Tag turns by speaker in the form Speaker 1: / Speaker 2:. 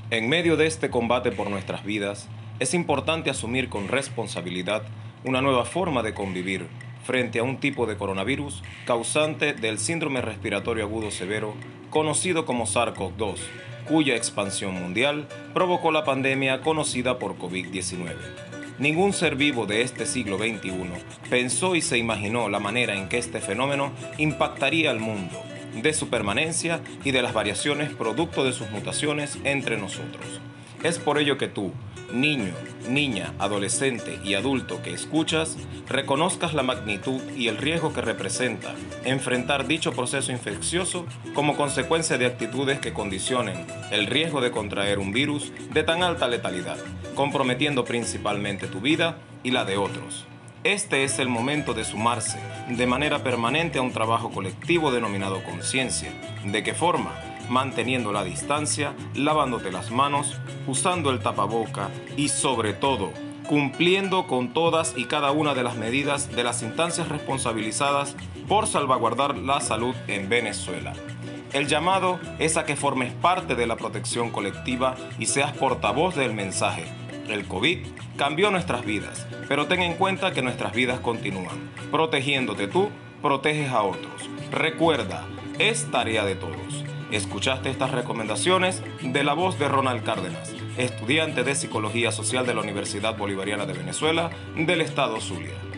Speaker 1: En medio de este combate por nuestras vidas, es importante asumir con responsabilidad una nueva forma de convivir frente a un tipo de coronavirus causante del síndrome respiratorio agudo severo, conocido como SARS-CoV-2, cuya expansión mundial provocó la pandemia conocida por COVID-19. Ningún ser vivo de este siglo XXI pensó y se imaginó la manera en que este fenómeno impactaría al mundo, de su permanencia y de las variaciones producto de sus mutaciones entre nosotros. Es por ello que tú, niño, niña, adolescente y adulto que escuchas, reconozcas la magnitud y el riesgo que representa enfrentar dicho proceso infeccioso como consecuencia de actitudes que condicionen el riesgo de contraer un virus de tan alta letalidad, comprometiendo principalmente tu vida y la de otros. Este es el momento de sumarse de manera permanente a un trabajo colectivo denominado conciencia. ¿De qué forma? Manteniendo la distancia, lavándote las manos, usando el tapaboca y sobre todo, cumpliendo con todas y cada una de las medidas de las instancias responsabilizadas por salvaguardar la salud en Venezuela. El llamado es a que formes parte de la protección colectiva y seas portavoz del mensaje. El COVID cambió nuestras vidas, pero ten en cuenta que nuestras vidas continúan. Protegiéndote tú, proteges a otros. Recuerda, es tarea de todos. Escuchaste estas recomendaciones de la voz de Ronald Cárdenas, estudiante de Psicología Social de la Universidad Bolivariana de Venezuela del Estado Zulia.